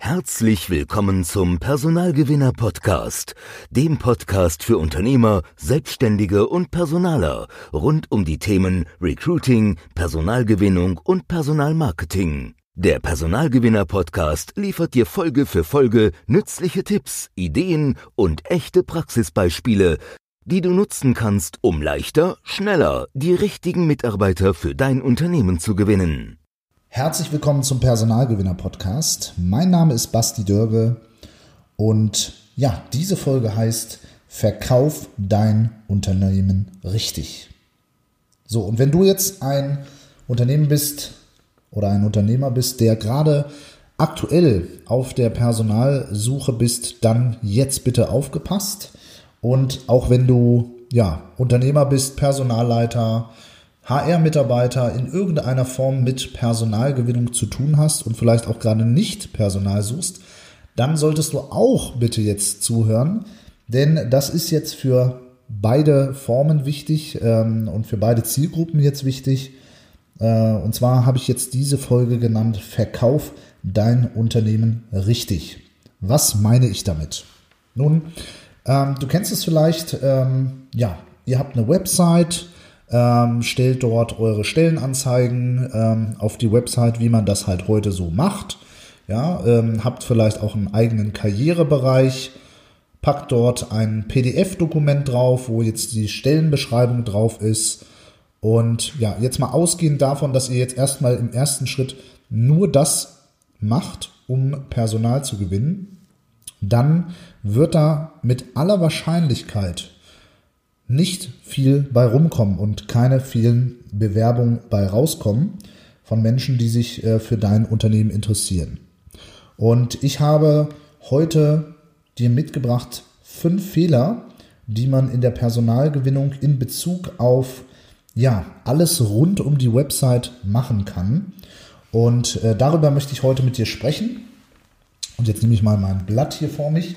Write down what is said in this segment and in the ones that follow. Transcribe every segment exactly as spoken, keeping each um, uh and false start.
Herzlich willkommen zum Personalgewinner Podcast, dem Podcast für Unternehmer, Selbstständige und Personaler rund um die Themen Recruiting, Personalgewinnung und Personalmarketing. Der Personalgewinner Podcast liefert dir Folge für Folge nützliche Tipps, Ideen und echte Praxisbeispiele, die du nutzen kannst, um leichter, schneller die richtigen Mitarbeiter für dein Unternehmen zu gewinnen. Herzlich willkommen zum Personalgewinner-Podcast. Mein Name ist Basti Dörge und ja, diese Folge heißt Verkauf dein Unternehmen richtig. So, und wenn du jetzt ein Unternehmen bist oder ein Unternehmer bist, der gerade aktuell auf der Personalsuche bist, dann jetzt bitte aufgepasst. Und auch wenn du ja Unternehmer bist, Personalleiter, H R-Mitarbeiter in irgendeiner Form mit Personalgewinnung zu tun hast und vielleicht auch gerade nicht Personal suchst, dann solltest du auch bitte jetzt zuhören, denn das ist jetzt für beide Formen wichtig ähm, und für beide Zielgruppen jetzt wichtig. Äh, und zwar habe ich jetzt diese Folge genannt, Verkauf dein Unternehmen richtig. Was meine ich damit? Nun, ähm, du kennst es vielleicht, ähm, ja, ihr habt eine Website, Ähm, stellt dort eure Stellenanzeigen ähm, auf die Website, wie man das halt heute so macht. Ja, ähm, habt vielleicht auch einen eigenen Karrierebereich, packt dort ein P D F-Dokument drauf, wo jetzt die Stellenbeschreibung drauf ist. Und ja, jetzt mal ausgehend davon, dass ihr jetzt erstmal im ersten Schritt nur das macht, um Personal zu gewinnen, dann wird da mit aller Wahrscheinlichkeit nicht viel bei rumkommen und keine vielen Bewerbungen bei rauskommen von Menschen, die sich äh, für dein Unternehmen interessieren. Und ich habe heute dir mitgebracht fünf Fehler, die man in der Personalgewinnung in Bezug auf ja alles rund um die Website machen kann. Und äh, darüber möchte ich heute mit dir sprechen. Und jetzt nehme ich mal mein Blatt hier vor mich.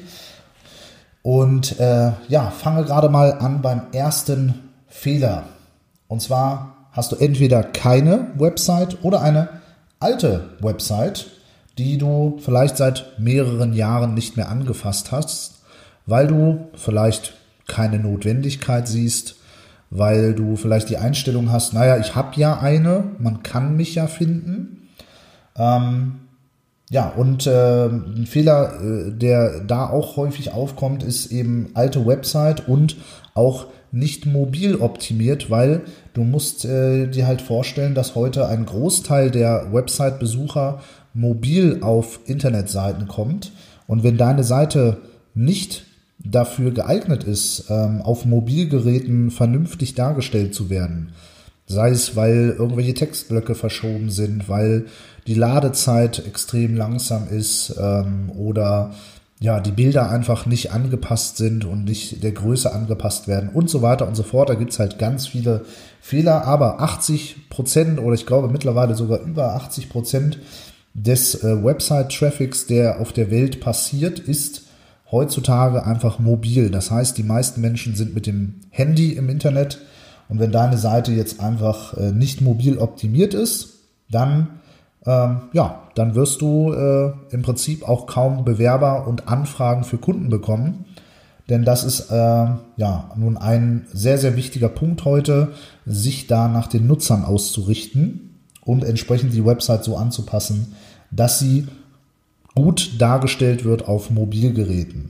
Und äh, ja, fange gerade mal an beim ersten Fehler. Und zwar hast du entweder keine Website oder eine alte Website, die du vielleicht seit mehreren Jahren nicht mehr angefasst hast, weil du vielleicht keine Notwendigkeit siehst, weil du vielleicht die Einstellung hast, naja, ich habe ja eine, man kann mich ja finden. Ähm, Ja, und äh, ein Fehler, äh, der da auch häufig aufkommt, ist eben alte Website und auch nicht mobil optimiert, weil du musst äh, dir halt vorstellen, dass heute ein Großteil der Website-Besucher mobil auf Internetseiten kommt. Und wenn deine Seite nicht dafür geeignet ist, ähm, auf Mobilgeräten vernünftig dargestellt zu werden, sei es, weil irgendwelche Textblöcke verschoben sind, weil die Ladezeit extrem langsam ist ähm, oder ja die Bilder einfach nicht angepasst sind und nicht der Größe angepasst werden und so weiter und so fort. Da gibt es halt ganz viele Fehler, aber achtzig Prozent oder ich glaube mittlerweile sogar über achtzig Prozent des äh, Website-Traffics, der auf der Welt passiert, ist heutzutage einfach mobil. Das heißt, die meisten Menschen sind mit dem Handy im Internet. Und wenn deine Seite jetzt einfach äh, nicht mobil optimiert ist, dann, ähm, ja, dann wirst du äh, im Prinzip auch kaum Bewerber und Anfragen für Kunden bekommen. Denn das ist äh, ja nun ein sehr, sehr wichtiger Punkt heute, sich da nach den Nutzern auszurichten und entsprechend die Website so anzupassen, dass sie gut dargestellt wird auf Mobilgeräten.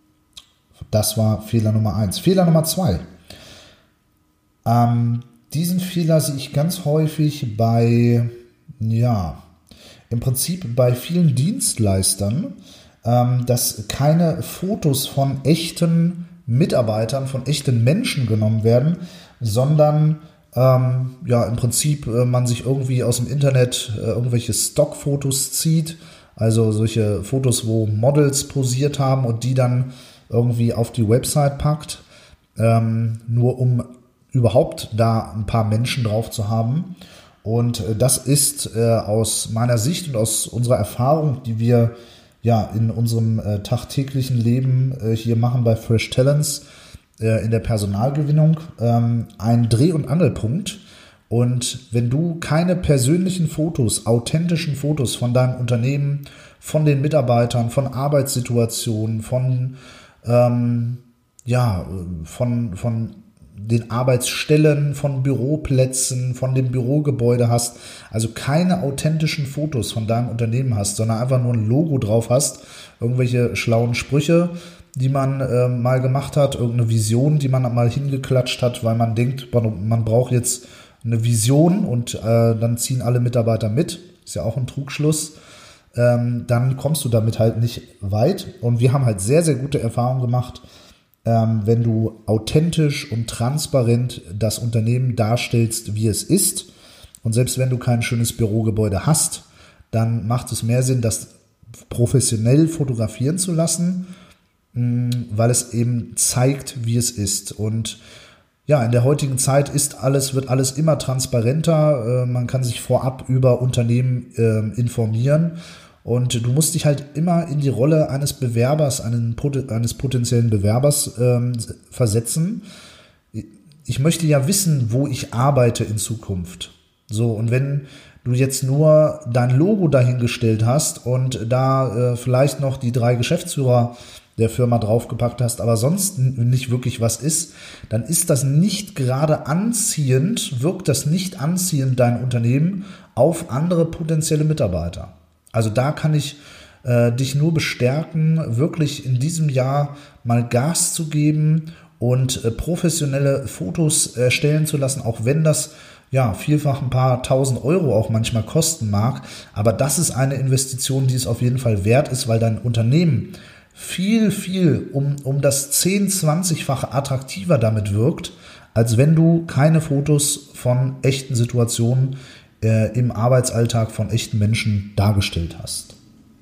Das war Fehler Nummer eins. Fehler Nummer zwei. Ähm, diesen Fehler sehe ich ganz häufig bei, ja, im Prinzip bei vielen Dienstleistern, ähm, dass keine Fotos von echten Mitarbeitern, von echten Menschen genommen werden, sondern ähm, ja, im Prinzip äh, man sich irgendwie aus dem Internet äh, irgendwelche Stockfotos zieht, also solche Fotos, wo Models posiert haben und die dann irgendwie auf die Website packt, ähm, nur um überhaupt da ein paar Menschen drauf zu haben. Und das ist äh, aus meiner Sicht und aus unserer Erfahrung, die wir ja in unserem äh, tagtäglichen Leben äh, hier machen bei Fresh Talents äh, in der Personalgewinnung, ähm, ein Dreh- und Angelpunkt. Und wenn du keine persönlichen Fotos, authentischen Fotos von deinem Unternehmen, von den Mitarbeitern, von Arbeitssituationen, von, ähm, ja, von, von den Arbeitsstellen, von Büroplätzen, von dem Bürogebäude hast, also keine authentischen Fotos von deinem Unternehmen hast, sondern einfach nur ein Logo drauf hast, irgendwelche schlauen Sprüche, die man äh, mal gemacht hat, irgendeine Vision, die man mal hingeklatscht hat, weil man denkt, man, man braucht jetzt eine Vision und äh, dann ziehen alle Mitarbeiter mit, ist ja auch ein Trugschluss, ähm, dann kommst du damit halt nicht weit. Und wir haben halt sehr, sehr gute Erfahrungen gemacht, Ähm, wenn du authentisch und transparent das Unternehmen darstellst, wie es ist. Und selbst wenn du kein schönes Bürogebäude hast, dann macht es mehr Sinn, das professionell fotografieren zu lassen, mh, weil es eben zeigt, wie es ist. Und ja, in der heutigen Zeit ist alles, wird alles immer transparenter. Äh, man kann sich vorab über Unternehmen äh, informieren. Und du musst dich halt immer in die Rolle eines Bewerbers, einen, eines potenziellen Bewerbers ähm, versetzen. Ich möchte ja wissen, wo ich arbeite in Zukunft. So, und wenn du jetzt nur dein Logo dahingestellt hast und da äh, vielleicht noch die drei Geschäftsführer der Firma draufgepackt hast, aber sonst nicht wirklich was ist, dann ist das nicht gerade anziehend, wirkt das nicht anziehend, dein Unternehmen, auf andere potenzielle Mitarbeiter. Also da kann ich äh, dich nur bestärken, wirklich in diesem Jahr mal Gas zu geben und äh, professionelle Fotos erstellen zu lassen, auch wenn das ja vielfach ein paar tausend Euro auch manchmal kosten mag. Aber das ist eine Investition, die es auf jeden Fall wert ist, weil dein Unternehmen viel, viel um, um das zehn-, zwanzigfache attraktiver damit wirkt, als wenn du keine Fotos von echten Situationen im Arbeitsalltag von echten Menschen dargestellt hast.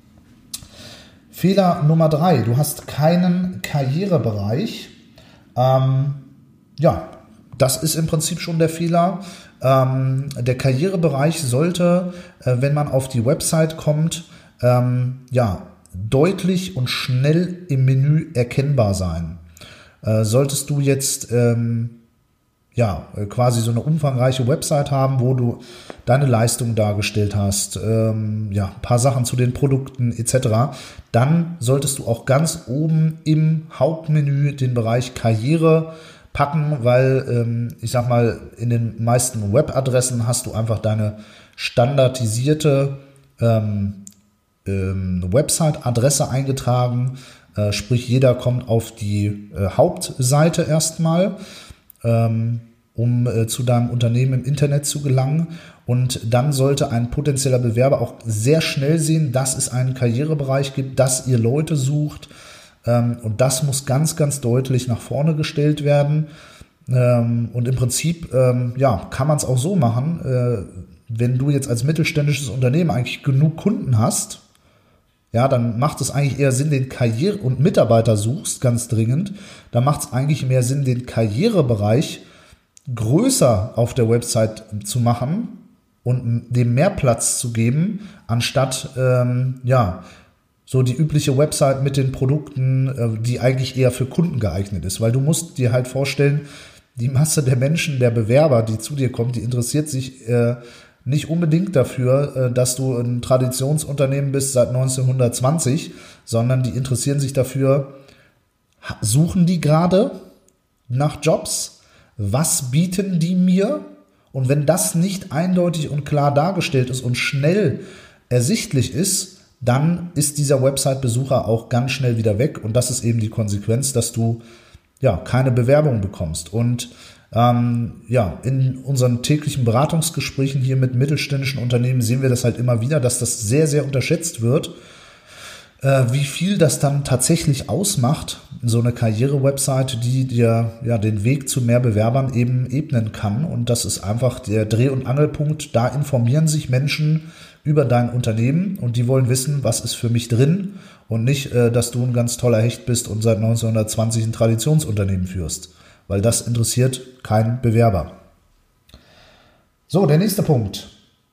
Fehler Nummer drei, du hast keinen Karrierebereich. Ähm, ja, das ist im Prinzip schon der Fehler. Ähm, der Karrierebereich sollte, äh, wenn man auf die Website kommt, ähm, ja, deutlich und schnell im Menü erkennbar sein. Äh, solltest du jetzt ähm, ja, quasi so eine umfangreiche Website haben, wo du deine Leistung dargestellt hast, ähm, ja, ein paar Sachen zu den Produkten et cetera, dann solltest du auch ganz oben im Hauptmenü den Bereich Karriere packen, weil ähm, ich sag mal, in den meisten Webadressen hast du einfach deine standardisierte ähm, ähm, Website-Adresse eingetragen, äh, sprich jeder kommt auf die äh, Hauptseite erstmal, um äh, zu deinem Unternehmen im Internet zu gelangen. Und dann sollte ein potenzieller Bewerber auch sehr schnell sehen, dass es einen Karrierebereich gibt, dass ihr Leute sucht. Ähm, und das muss ganz, ganz deutlich nach vorne gestellt werden. Ähm, und im Prinzip ähm, ja, kann man es auch so machen, äh, wenn du jetzt als mittelständisches Unternehmen eigentlich genug Kunden hast, ja, dann macht es eigentlich eher Sinn, den Karriere- und Mitarbeiter suchst, ganz dringend. Da macht es eigentlich mehr Sinn, den Karrierebereich größer auf der Website zu machen und dem mehr Platz zu geben, anstatt, ähm, ja, so die übliche Website mit den Produkten, äh, die eigentlich eher für Kunden geeignet ist. Weil du musst dir halt vorstellen, die Masse der Menschen, der Bewerber, die zu dir kommt, die interessiert sich äh, nicht unbedingt dafür, dass du ein Traditionsunternehmen bist seit neunzehnhundertzwanzig, sondern die interessieren sich dafür, suchen die gerade nach Jobs? Was bieten die mir? Und wenn das nicht eindeutig und klar dargestellt ist und schnell ersichtlich ist, dann ist dieser Website-Besucher auch ganz schnell wieder weg. Und das ist eben die Konsequenz, dass du ja keine Bewerbung bekommst. Und Ähm, ja, in unseren täglichen Beratungsgesprächen hier mit mittelständischen Unternehmen sehen wir das halt immer wieder, dass das sehr, sehr unterschätzt wird, äh, wie viel das dann tatsächlich ausmacht, so eine Karriere-Website, die dir ja den Weg zu mehr Bewerbern eben ebnen kann. Und das ist einfach der Dreh- und Angelpunkt. Da informieren sich Menschen über dein Unternehmen und die wollen wissen, was ist für mich drin und nicht, äh, dass du ein ganz toller Hecht bist und seit neunzehnhundertzwanzig ein Traditionsunternehmen führst. Weil das interessiert keinen Bewerber. So, der nächste Punkt.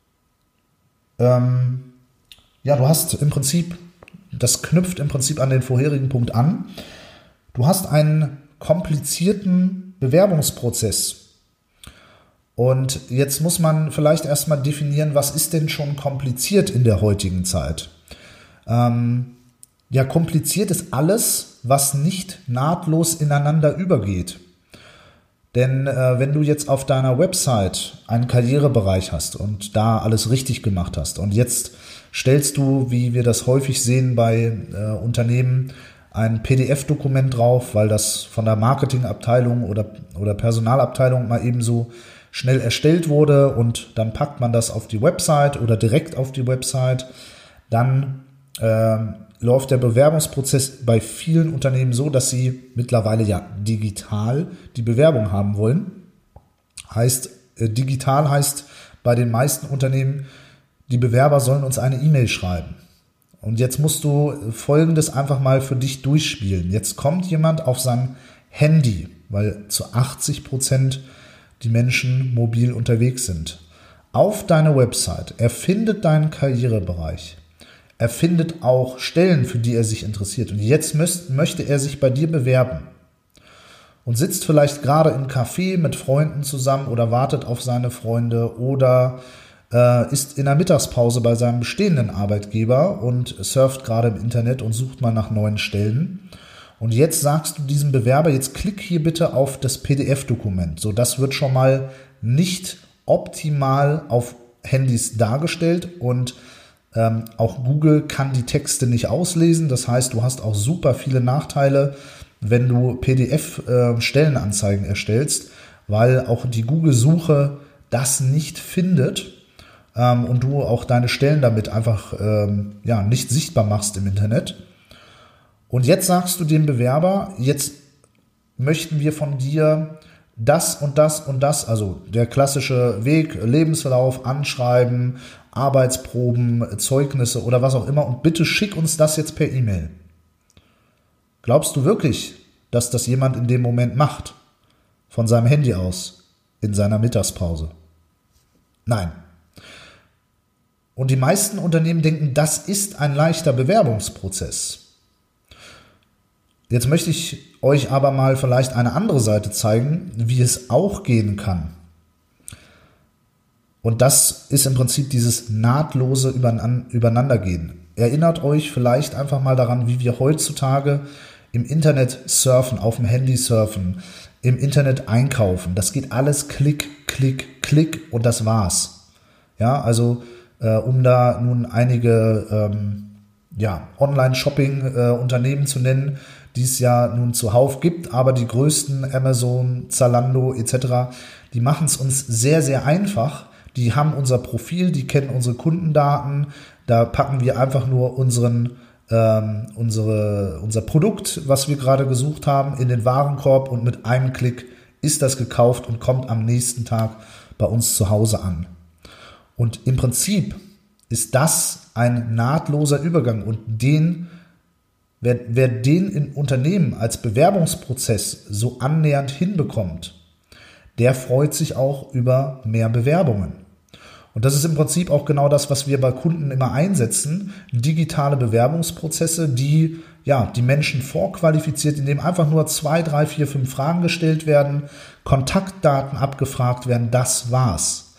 Ähm, ja, du hast im Prinzip, das knüpft im Prinzip an den vorherigen Punkt an. Du hast einen komplizierten Bewerbungsprozess. Und jetzt muss man vielleicht erstmal definieren, was ist denn schon kompliziert in der heutigen Zeit? Ähm, ja, kompliziert ist alles, was nicht nahtlos ineinander übergeht. Denn äh, wenn du jetzt auf deiner Website einen Karrierebereich hast und da alles richtig gemacht hast und jetzt stellst du, wie wir das häufig sehen bei äh, Unternehmen, ein P D F-Dokument drauf, weil das von der Marketingabteilung oder, oder Personalabteilung mal eben so schnell erstellt wurde und dann packt man das auf die Website oder direkt auf die Website, dann äh, läuft der Bewerbungsprozess bei vielen Unternehmen so, dass sie mittlerweile ja digital die Bewerbung haben wollen. Heißt, äh, digital heißt bei den meisten Unternehmen, die Bewerber sollen uns eine E-Mail schreiben. Und jetzt musst du Folgendes einfach mal für dich durchspielen. Jetzt kommt jemand auf sein Handy, weil zu achtzig Prozent die Menschen mobil unterwegs sind, auf deine Website. Er findet deinen Karrierebereich. Er findet auch Stellen, für die er sich interessiert. Und jetzt müsst, möchte er sich bei dir bewerben. Und sitzt vielleicht gerade im Café mit Freunden zusammen oder wartet auf seine Freunde oder äh, ist in der Mittagspause bei seinem bestehenden Arbeitgeber und surft gerade im Internet und sucht mal nach neuen Stellen. Und jetzt sagst du diesem Bewerber, jetzt klick hier bitte auf das P D F-Dokument. So, das wird schon mal nicht optimal auf Handys dargestellt und ähm, auch Google kann die Texte nicht auslesen. Das heißt, du hast auch super viele Nachteile, wenn du P D F-Stellenanzeigen äh, erstellst, weil auch die Google-Suche das nicht findet ähm, und du auch deine Stellen damit einfach ähm, ja, nicht sichtbar machst im Internet. Und jetzt sagst du dem Bewerber, jetzt möchten wir von dir das und das und das, also der klassische Weg, Lebenslauf, Anschreiben, Arbeitsproben, Zeugnisse oder was auch immer und bitte schick uns das jetzt per E-Mail. Glaubst du wirklich, dass das jemand in dem Moment macht? Von seinem Handy aus, in seiner Mittagspause? Nein. Und die meisten Unternehmen denken, das ist ein leichter Bewerbungsprozess. Jetzt möchte ich euch aber mal vielleicht eine andere Seite zeigen, wie es auch gehen kann. Und das ist im Prinzip dieses nahtlose Übereinandergehen. Erinnert euch vielleicht einfach mal daran, wie wir heutzutage im Internet surfen, auf dem Handy surfen, im Internet einkaufen. Das geht alles klick, klick, klick und das war's. Ja, also äh, um da nun einige ähm, ja, Online-Shopping-Unternehmen äh, zu nennen, die es ja nun zuhauf gibt, aber die größten, Amazon, Zalando et cetera, die machen es uns sehr, sehr einfach. Die haben unser Profil, die kennen unsere Kundendaten, da packen wir einfach nur unseren, ähm, unsere, unser Produkt, was wir gerade gesucht haben, in den Warenkorb und mit einem Klick ist das gekauft und kommt am nächsten Tag bei uns zu Hause an. Und im Prinzip ist das ein nahtloser Übergang und den Wer, wer den im Unternehmen als Bewerbungsprozess so annähernd hinbekommt, der freut sich auch über mehr Bewerbungen. Und das ist im Prinzip auch genau das, was wir bei Kunden immer einsetzen. Digitale Bewerbungsprozesse, die ja die Menschen vorqualifiziert, indem einfach nur zwei, drei, vier, fünf Fragen gestellt werden, Kontaktdaten abgefragt werden, das war's.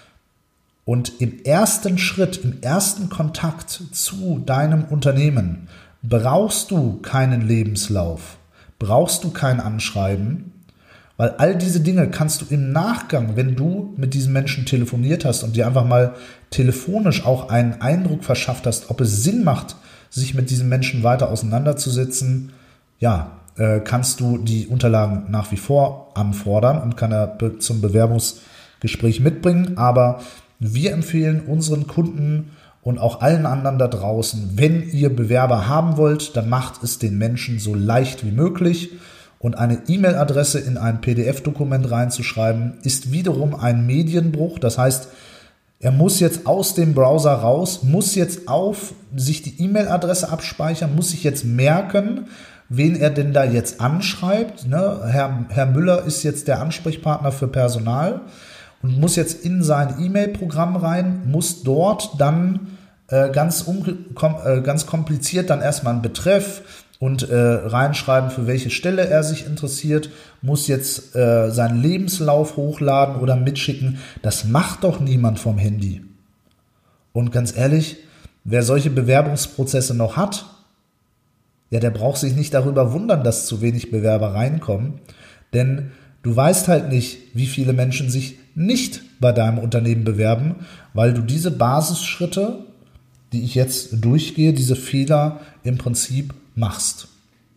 Und im ersten Schritt, im ersten Kontakt zu deinem Unternehmen brauchst du keinen Lebenslauf, brauchst du kein Anschreiben, weil all diese Dinge kannst du im Nachgang, wenn du mit diesen Menschen telefoniert hast und dir einfach mal telefonisch auch einen Eindruck verschafft hast, ob es Sinn macht, sich mit diesen Menschen weiter auseinanderzusetzen, ja, äh, kannst du die Unterlagen nach wie vor anfordern und kann er be- zum Bewerbungsgespräch mitbringen. Aber wir empfehlen unseren Kunden und auch allen anderen da draußen, wenn ihr Bewerber haben wollt, dann macht es den Menschen so leicht wie möglich. Und eine E-Mail-Adresse in ein P D F-Dokument reinzuschreiben, ist wiederum ein Medienbruch. Das heißt, er muss jetzt aus dem Browser raus, muss jetzt auf sich die E-Mail-Adresse abspeichern, muss sich jetzt merken, wen er denn da jetzt anschreibt. Ne? Herr, Herr Müller ist jetzt der Ansprechpartner für Personal und muss jetzt in sein E-Mail-Programm rein, muss dort dann äh, ganz, um, kom, äh, ganz kompliziert dann erstmal einen Betreff, und äh, reinschreiben, für welche Stelle er sich interessiert, muss jetzt äh, seinen Lebenslauf hochladen oder mitschicken. Das macht doch niemand vom Handy. Und ganz ehrlich, wer solche Bewerbungsprozesse noch hat, ja, der braucht sich nicht darüber wundern, dass zu wenig Bewerber reinkommen, denn du weißt halt nicht, wie viele Menschen sich nicht bei deinem Unternehmen bewerben, weil du diese Basisschritte, die ich jetzt durchgehe, diese Fehler im Prinzip machst.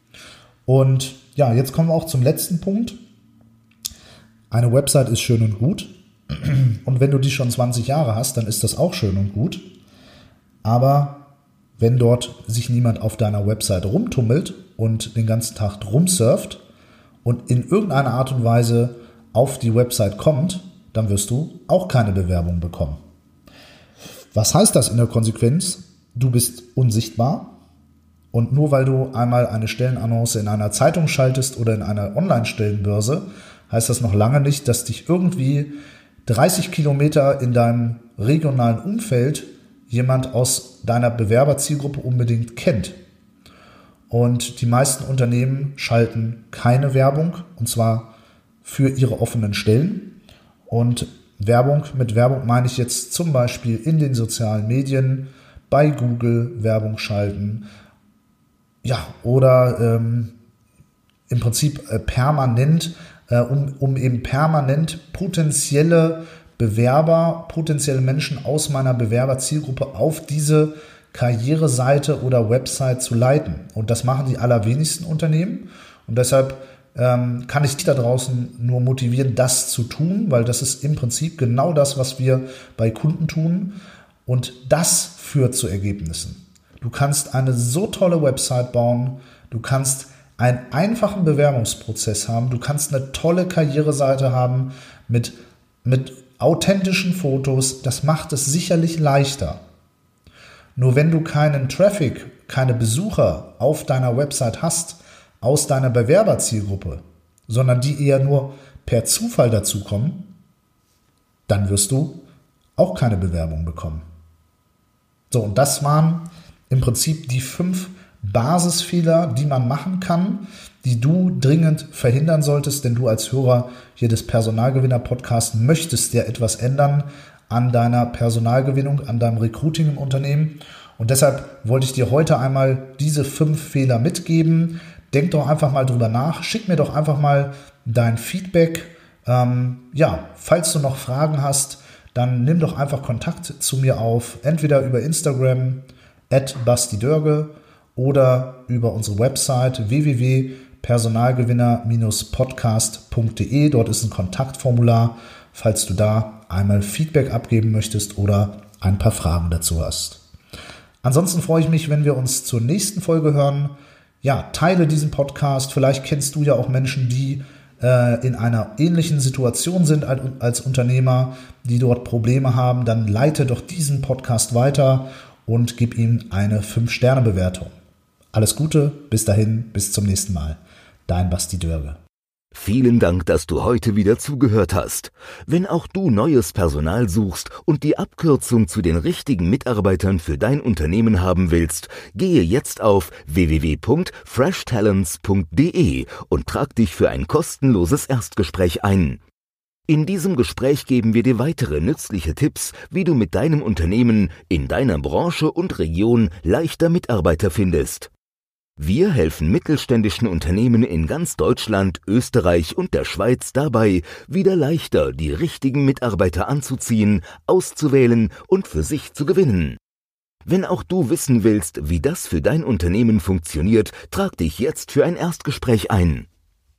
Und ja, jetzt kommen wir auch zum letzten Punkt. Eine Website ist schön und gut. Und wenn du die schon zwanzig Jahre hast, dann ist das auch schön und gut. Aber wenn dort sich niemand auf deiner Website rumtummelt und den ganzen Tag rumsurft und in irgendeiner Art und Weise auf die Website kommt, dann wirst du auch keine Bewerbung bekommen. Was heißt das in der Konsequenz? Du bist unsichtbar und nur weil du einmal eine Stellenannonce in einer Zeitung schaltest oder in einer Online-Stellenbörse, heißt das noch lange nicht, dass dich irgendwie dreißig Kilometer in deinem regionalen Umfeld jemand aus deiner Bewerberzielgruppe unbedingt kennt. Und die meisten Unternehmen schalten keine Werbung, und zwar für ihre offenen Stellen. Und Werbung, mit Werbung meine ich jetzt zum Beispiel in den sozialen Medien, bei Google Werbung schalten, ja, oder ähm, im Prinzip äh, permanent, äh, um, um eben permanent potenzielle Bewerber, potenzielle Menschen aus meiner Bewerberzielgruppe auf diese Karriereseite oder Website zu leiten. Und das machen die allerwenigsten Unternehmen. Und deshalb ähm, kann ich dich da draußen nur motivieren, das zu tun, weil das ist im Prinzip genau das, was wir bei Kunden tun. Und das führt zu Ergebnissen. Du kannst eine so tolle Website bauen, du kannst einen einfachen Bewerbungsprozess haben, du kannst eine tolle Karriereseite haben mit, mit authentischen Fotos, das macht es sicherlich leichter. Nur wenn du keinen Traffic, keine Besucher auf deiner Website hast, aus deiner Bewerberzielgruppe, sondern die eher nur per Zufall dazukommen, dann wirst du auch keine Bewerbung bekommen. So, und das waren im Prinzip die fünf Basisfehler, die man machen kann, die du dringend verhindern solltest, denn du als Hörer hier des Personalgewinner-Podcasts möchtest ja etwas ändern an deiner Personalgewinnung, an deinem Recruiting im Unternehmen. Und deshalb wollte ich dir heute einmal diese fünf Fehler mitgeben. Denk doch einfach mal drüber nach. Schick mir doch einfach mal dein Feedback. Ähm, ja, falls du noch Fragen hast, dann nimm doch einfach Kontakt zu mir auf, entweder über Instagram at bastidörge oder über unsere Website w w w punkt personalgewinner Bindestrich podcast punkt d e. Dort ist ein Kontaktformular, falls du da einmal Feedback abgeben möchtest oder ein paar Fragen dazu hast. Ansonsten freue ich mich, wenn wir uns zur nächsten Folge hören. Ja, teile diesen Podcast. Vielleicht kennst du ja auch Menschen, die äh, in einer ähnlichen Situation sind als, als Unternehmer, die dort Probleme haben. Dann leite doch diesen Podcast weiter und gib ihm eine fünf Sterne Bewertung. Alles Gute, bis dahin, bis zum nächsten Mal. Dein Basti Dörge. Vielen Dank, dass du heute wieder zugehört hast. Wenn auch du neues Personal suchst und die Abkürzung zu den richtigen Mitarbeitern für dein Unternehmen haben willst, gehe jetzt auf w w w punkt fresh talents punkt d e und trag dich für ein kostenloses Erstgespräch ein. In diesem Gespräch geben wir dir weitere nützliche Tipps, wie du mit deinem Unternehmen in deiner Branche und Region leichter Mitarbeiter findest. Wir helfen mittelständischen Unternehmen in ganz Deutschland, Österreich und der Schweiz dabei, wieder leichter die richtigen Mitarbeiter anzuziehen, auszuwählen und für sich zu gewinnen. Wenn auch du wissen willst, wie das für dein Unternehmen funktioniert, trag dich jetzt für ein Erstgespräch ein.